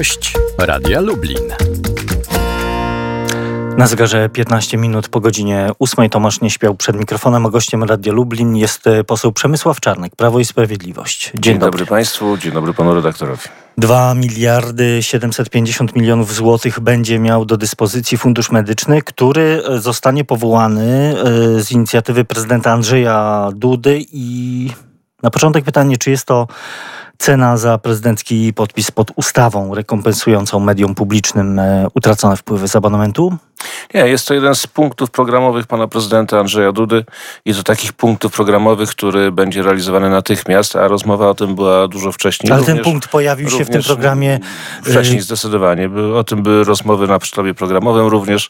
Gość Radia Lublin. Na zegarze 15 minut po godzinie 8. Tomasz Nieśpiał przed mikrofonem, a gościem Radia Lublin jest poseł Przemysław Czarnek, Prawo i Sprawiedliwość. Dzień dobry Państwu, dzień dobry panu redaktorowi. 2 miliardy 750 milionów złotych będzie miał do dyspozycji Fundusz Medyczny, który zostanie powołany z inicjatywy prezydenta Andrzeja Dudy. I na początek pytanie, czy jest to cena za prezydencki podpis pod ustawą rekompensującą mediom publicznym utracone wpływy z abonamentu? Nie, jest to jeden z punktów programowych pana prezydenta Andrzeja Dudy i to takich punktów programowych, który będzie realizowany natychmiast, a rozmowa o tym była dużo wcześniej. Ale ten punkt pojawił się w tym programie wcześniej zdecydowanie. O tym były rozmowy na sztabie programowym, również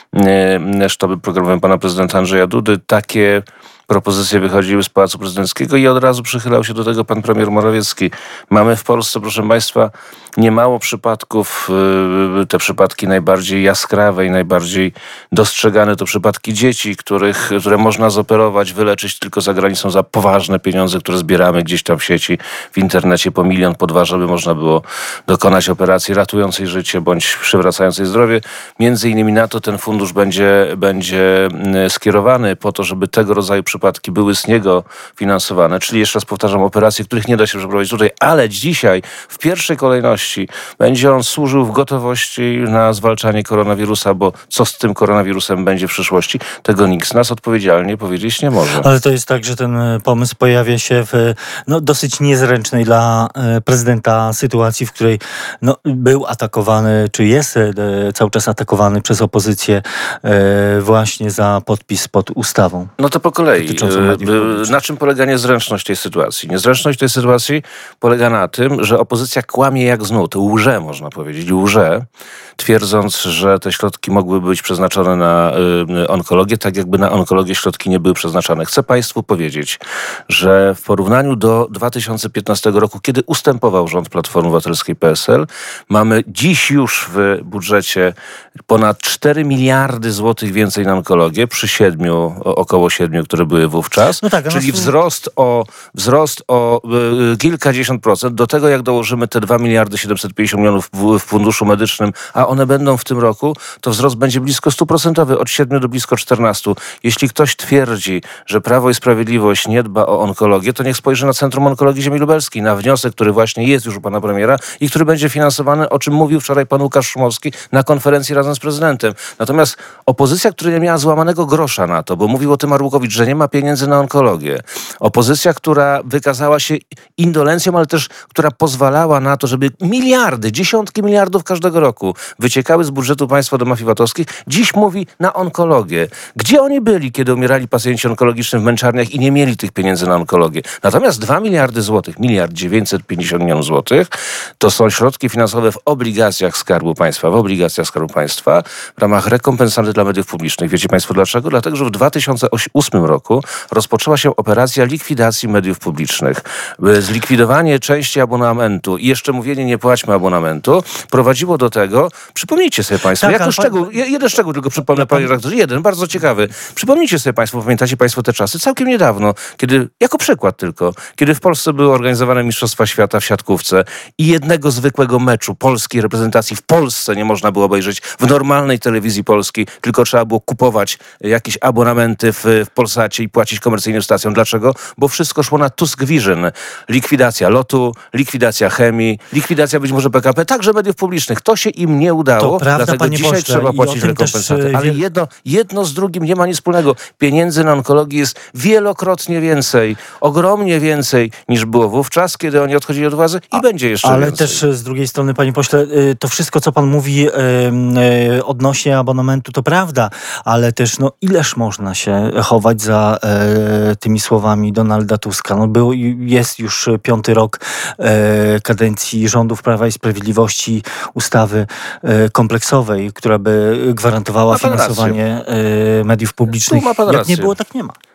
sztabie programowym pana prezydenta Andrzeja Dudy. Takie propozycje wychodziły z Pałacu Prezydenckiego i od razu przychylał się do tego pan premier Morawiecki. Mamy w Polsce, proszę państwa, niemało przypadków. Te przypadki najbardziej jaskrawe i najbardziej dostrzegane to przypadki dzieci, które można zoperować, wyleczyć tylko za granicą za poważne pieniądze, które zbieramy gdzieś tam w sieci, w internecie po 1 milion, po 2, żeby można było dokonać operacji ratującej życie bądź przywracającej zdrowie. Między innymi na to ten fundusz będzie skierowany po to, żeby tego rodzaju przypadki były z niego finansowane. Czyli jeszcze raz powtarzam, operacje, których nie da się przeprowadzić tutaj, ale dzisiaj w pierwszej kolejności będzie on służył w gotowości na zwalczanie koronawirusa, bo co z tym koronawirusem będzie w przyszłości, tego nikt z nas odpowiedzialnie powiedzieć nie może. Ale to jest tak, że ten pomysł pojawia się w dosyć niezręcznej dla prezydenta sytuacji, w której był atakowany, czy jest cały czas atakowany przez opozycję właśnie za podpis pod ustawą. No to po kolei. Na czym polega niezręczność tej sytuacji? Niezręczność tej sytuacji polega na tym, że opozycja kłamie jak znud. Łże, można powiedzieć. Łże, twierdząc, że te środki mogłyby być przeznaczone na onkologię, tak jakby na onkologię środki nie były przeznaczane. Chcę państwu powiedzieć, że w porównaniu do 2015 roku, kiedy ustępował rząd Platformy Obywatelskiej PSL, mamy dziś już w budżecie ponad 4 miliardy złotych więcej na onkologię przy około 7, które były wówczas. No tak, czyli wzrost o kilkadziesiąt procent. Do tego jak dołożymy te 2 miliardy 750 milionów w Funduszu Medycznym, a one będą w tym roku, to wzrost będzie blisko 100%, od 7 do blisko 14. Jeśli ktoś twierdzi, że Prawo i Sprawiedliwość nie dba o onkologię, to niech spojrzy na Centrum Onkologii Ziemi Lubelskiej, na wniosek, który właśnie jest już u pana premiera i który będzie finansowany, o czym mówił wczoraj pan Łukasz Szumowski na konferencji razem z prezydentem. Natomiast opozycja, która nie miała złamanego grosza na to, bo mówił o tym Arłukowicz, że nie ma pieniędzy na onkologię. Opozycja, która wykazała się indolencją, ale też która pozwalała na to, żeby miliardy, dziesiątki miliardów każdego roku wyciekały z budżetu państwa do mafii VAT-owskich, dziś mówi na onkologię. Gdzie oni byli, kiedy umierali pacjenci onkologiczni w męczarniach i nie mieli tych pieniędzy na onkologię? Natomiast 2 miliardy złotych, 1,950 milionów złotych, to są środki finansowe w obligacjach Skarbu Państwa, w ramach rekompensaty dla mediów publicznych. Wiecie państwo dlaczego? Dlatego, że w 2008 roku rozpoczęła się operacja likwidacji mediów publicznych. Zlikwidowanie części abonamentu i jeszcze mówienie nie płaćmy abonamentu prowadziło do tego, przypomnijcie sobie państwo, jeden szczegół tylko przypomnę, panie redaktorze, jeden, bardzo ciekawy. Przypomnijcie sobie państwo, pamiętacie państwo te czasy, całkiem niedawno, kiedy, jako przykład tylko, kiedy w Polsce były organizowane Mistrzostwa Świata w siatkówce i jednego zwykłego meczu polskiej reprezentacji w Polsce nie można było obejrzeć w normalnej telewizji polskiej, tylko trzeba było kupować jakieś abonamenty w Polsacie i płacić komercyjnym stacjom. Dlaczego? Bo wszystko szło na Tusk Vision. Likwidacja LOT-u, likwidacja chemii, likwidacja być może PKP, także mediów publicznych. To się im nie udało, to prawda, dlatego dzisiaj pośle, trzeba płacić rekompensatę. Ale jedno z drugim nie ma nic wspólnego. Pieniędzy na onkologię jest wielokrotnie więcej, ogromnie więcej niż było wówczas, kiedy oni odchodzili od władzy i będzie jeszcze ale więcej. Też z drugiej strony, panie pośle, to wszystko, co pan mówi odnośnie abonamentu, to prawda, ale też ileż można się chować za tymi słowami Donalda Tuska. Jest już 5. rok kadencji rządów Prawa i Sprawiedliwości, ustawy kompleksowej, która by gwarantowała finansowanie mediów publicznych. Jak nie było, tak nie ma.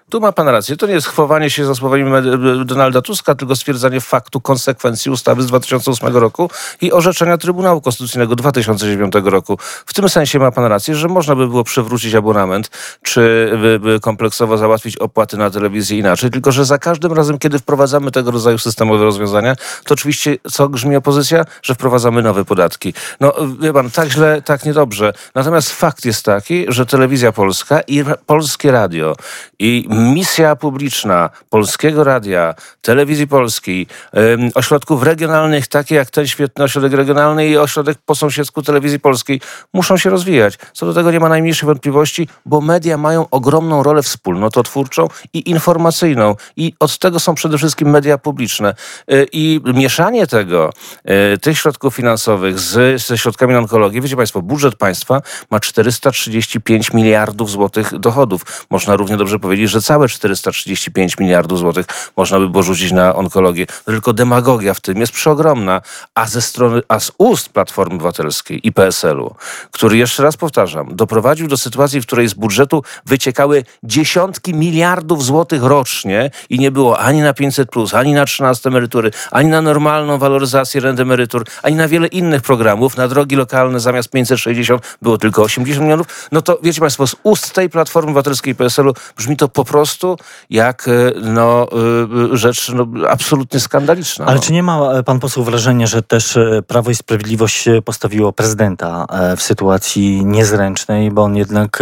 Tu ma pan rację. To nie jest chwowanie się za słowami Donalda Tuska, tylko stwierdzanie faktu konsekwencji ustawy z 2008 roku i orzeczenia Trybunału Konstytucyjnego 2009 roku. W tym sensie ma pan rację, że można by było przywrócić abonament, czy kompleksowo załatwić opłaty na telewizję inaczej, tylko że za każdym razem, kiedy wprowadzamy tego rodzaju systemowe rozwiązania, to oczywiście co grzmi opozycja? Że wprowadzamy nowe podatki. No wie pan, tak źle, tak niedobrze. Natomiast fakt jest taki, że Telewizja Polska i Polskie Radio i misja publiczna Polskiego Radia, Telewizji Polskiej, ośrodków regionalnych, takie jak ten świetny ośrodek regionalny i ośrodek po sąsiedzku Telewizji Polskiej, muszą się rozwijać. Co do tego nie ma najmniejszej wątpliwości, bo media mają ogromną rolę wspólnototwórczą i informacyjną. I od tego są przede wszystkim media publiczne. I mieszanie tych środków finansowych ze środkami na onkologię, wiecie państwo, budżet państwa ma 435 miliardów złotych dochodów. Można równie dobrze powiedzieć, że całe 435 miliardów złotych można by było rzucić na onkologię. Tylko demagogia w tym jest przeogromna, a z ust Platformy Obywatelskiej i PSL-u, który, jeszcze raz powtarzam, doprowadził do sytuacji, w której z budżetu wyciekały dziesiątki miliardów złotych rocznie i nie było ani na 500+, ani na 13 emerytury, ani na normalną waloryzację rent emerytur, ani na wiele innych programów, na drogi lokalne zamiast 560 było tylko 80 milionów, no to wiecie państwo, z ust tej Platformy Obywatelskiej i PSL-u brzmi to po prostu jak rzecz absolutnie skandaliczna. Ale czy nie ma pan poseł wrażenia, że też Prawo i Sprawiedliwość postawiło prezydenta w sytuacji niezręcznej, bo on jednak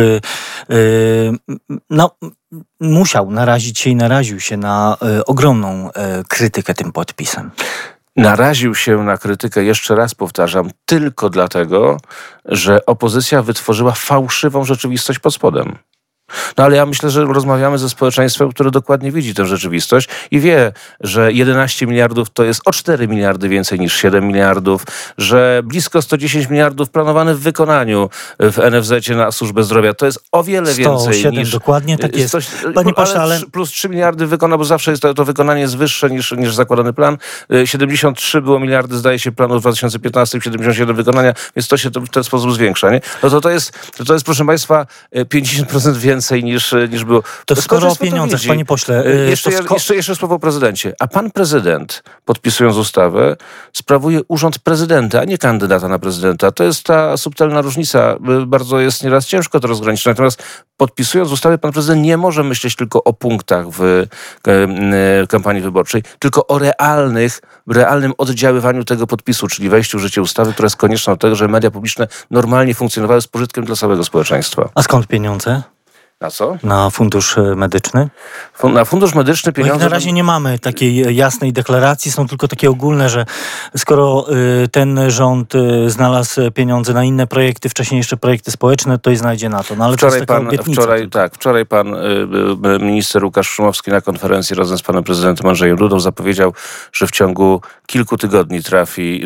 musiał narazić się i naraził się na ogromną krytykę tym podpisem? Naraził się na krytykę, jeszcze raz powtarzam, tylko dlatego, że opozycja wytworzyła fałszywą rzeczywistość pod spodem. No ale ja myślę, że rozmawiamy ze społeczeństwem, które dokładnie widzi tę rzeczywistość i wie, że 11 miliardów to jest o 4 miliardy więcej niż 7 miliardów, że blisko 110 miliardów planowane w wykonaniu w NFZ-cie na służbę zdrowia to jest o wiele więcej 107, niż... dokładnie tak jest. Panie pośle, ale... Plus 3 miliardy wykona, bo zawsze jest to wykonanie jest wyższe niż zakładany plan. 73 było miliardy, zdaje się, planu w 2015, 77 wykonania, więc to się w ten sposób zwiększa. Nie? No to jest, proszę państwa, 50% więcej niż było. To skoro o pieniądzach, panie pośle... Jeszcze słowo o prezydencie. A pan prezydent, podpisując ustawę, sprawuje urząd prezydenta, a nie kandydata na prezydenta. To jest ta subtelna różnica. Bardzo jest nieraz ciężko to rozgraniczyć. Natomiast podpisując ustawę, pan prezydent nie może myśleć tylko o punktach w kampanii wyborczej, tylko o realnym oddziaływaniu tego podpisu, czyli wejściu w życie ustawy, która jest konieczna do tego, żeby media publiczne normalnie funkcjonowały z pożytkiem dla całego społeczeństwa. A skąd pieniądze? Na co? Na fundusz medyczny? Na fundusz medyczny pieniądze... Na razie nie mamy takiej jasnej deklaracji, są tylko takie ogólne, że skoro ten rząd znalazł pieniądze na inne projekty, wcześniej jeszcze projekty społeczne, to i znajdzie na to. No, ale wczoraj pan minister Łukasz Szumowski na konferencji razem z panem prezydentem Andrzejem Dudą zapowiedział, że w ciągu kilku tygodni trafi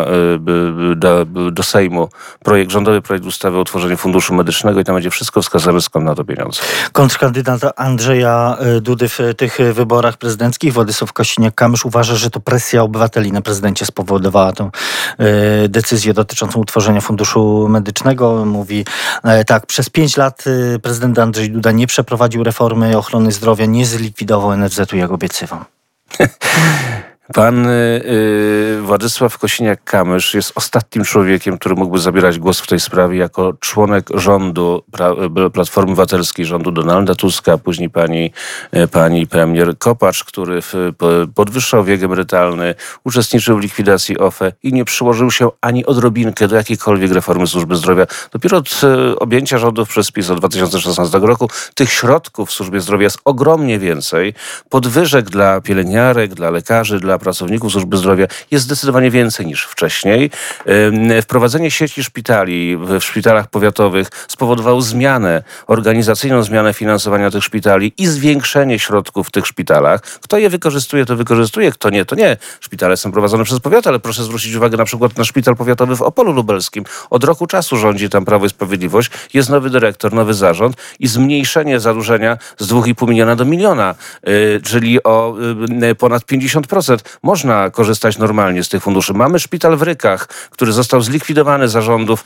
do Sejmu rządowy projekt ustawy o utworzeniu funduszu medycznego i tam będzie wszystko wskazane, skąd na to pieniądze. Kontrkandydat Andrzeja Dudy w tych wyborach prezydenckich, Władysław Kosiniak-Kamysz, uważa, że to presja obywateli na prezydencie spowodowała tę decyzję dotyczącą utworzenia funduszu medycznego. Mówi tak, przez 5 lat prezydent Andrzej Duda nie przeprowadził reformy ochrony zdrowia, nie zlikwidował NFZ-u, jak obiecywał. Pan Władysław Kosiniak-Kamysz jest ostatnim człowiekiem, który mógłby zabierać głos w tej sprawie jako członek rządu Platformy Obywatelskiej, rządu Donalda Tuska, później pani premier Kopacz, który podwyższał wiek emerytalny, uczestniczył w likwidacji OFE i nie przyłożył się ani odrobinkę do jakiejkolwiek reformy służby zdrowia. Dopiero od objęcia rządów przez PiS od 2016 roku tych środków w służbie zdrowia jest ogromnie więcej. Podwyżek dla pielęgniarek, dla lekarzy, dla pracowników służby zdrowia jest zdecydowanie więcej niż wcześniej. Wprowadzenie sieci szpitali w szpitalach powiatowych spowodowało organizacyjną zmianę finansowania tych szpitali i zwiększenie środków w tych szpitalach. Kto je wykorzystuje, to wykorzystuje, kto nie, to nie. Szpitale są prowadzone przez powiat, ale proszę zwrócić uwagę na przykład na szpital powiatowy w Opolu Lubelskim. Od roku czasu rządzi tam Prawo i Sprawiedliwość, jest nowy dyrektor, nowy zarząd i zmniejszenie zadłużenia z 2,5 miliona do 1 miliona, czyli o ponad 50%. można korzystać normalnie z tych funduszy. Mamy szpital w Rykach, który został zlikwidowany za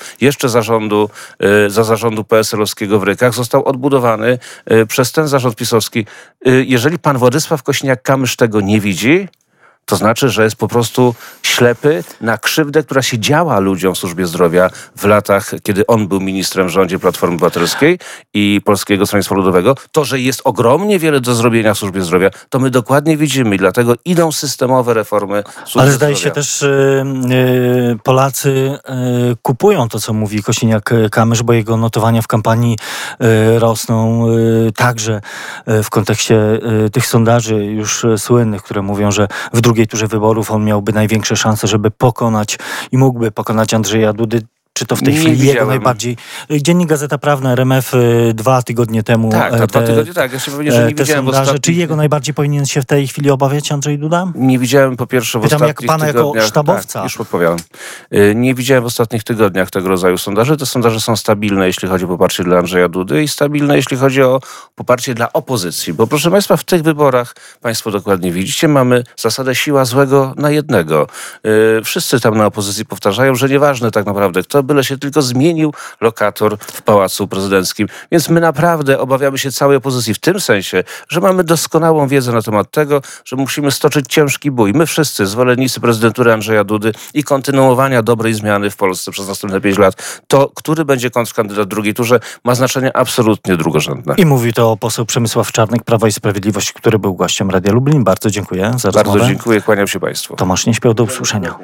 zarządu PSL-owskiego w Rykach, został odbudowany przez ten zarząd pisowski. Jeżeli pan Władysław Kosiniak-Kamysz tego nie widzi, to znaczy, że jest po prostu ślepy na krzywdę, która się działa ludziom w służbie zdrowia w latach, kiedy on był ministrem w rządzie Platformy Obywatelskiej i Polskiego Stronnictwa Ludowego. To, że jest ogromnie wiele do zrobienia w służbie zdrowia, to my dokładnie widzimy i dlatego idą systemowe reformy służby Ale zdaje zdrowia. się też, Polacy kupują to, co mówi Kosiniak-Kamysz, bo jego notowania w kampanii rosną także w kontekście tych sondaży już słynnych, które mówią, że w drugiej turze wyborów on miałby największe szanse, żeby pokonać i mógłby pokonać Andrzeja Dudy. Czy to w tej chwili jego najbardziej... Dziennik Gazeta Prawna, RMF 2 tygodnie temu... Tak, 2 tygodnie, tak. Ja się pewnie, że nie widziałem sondaże. Czy jego najbardziej powinien się w tej chwili obawiać Andrzej Duda? Nie widziałem po pierwsze w ostatnich jak pana tygodniach... jako sztabowca. Tak, już odpowiadam. Nie widziałem w ostatnich tygodniach tego rodzaju sondaży. Te sondaże są stabilne, jeśli chodzi o poparcie dla Andrzeja Dudy i stabilne, jeśli chodzi o poparcie dla opozycji. Bo proszę państwa, w tych wyborach, państwo dokładnie widzicie, mamy zasadę siła złego na jednego. Wszyscy tam na opozycji powtarzają, że nieważne tak naprawdę kto, byle się tylko zmienił lokator w Pałacu Prezydenckim. Więc my naprawdę obawiamy się całej opozycji w tym sensie, że mamy doskonałą wiedzę na temat tego, że musimy stoczyć ciężki bój. My wszyscy, zwolennicy prezydentury Andrzeja Dudy i kontynuowania dobrej zmiany w Polsce przez następne 5 lat, to który będzie kontrkandydat w drugiej turze ma znaczenie absolutnie drugorzędne. I mówi to poseł Przemysław Czarnek, Prawa i Sprawiedliwość, który był gościem Radia Lublin. Bardzo dziękuję za rozmowę. Bardzo dziękuję, kłaniam się państwu. Tomasz Nieśpiał, do usłyszenia.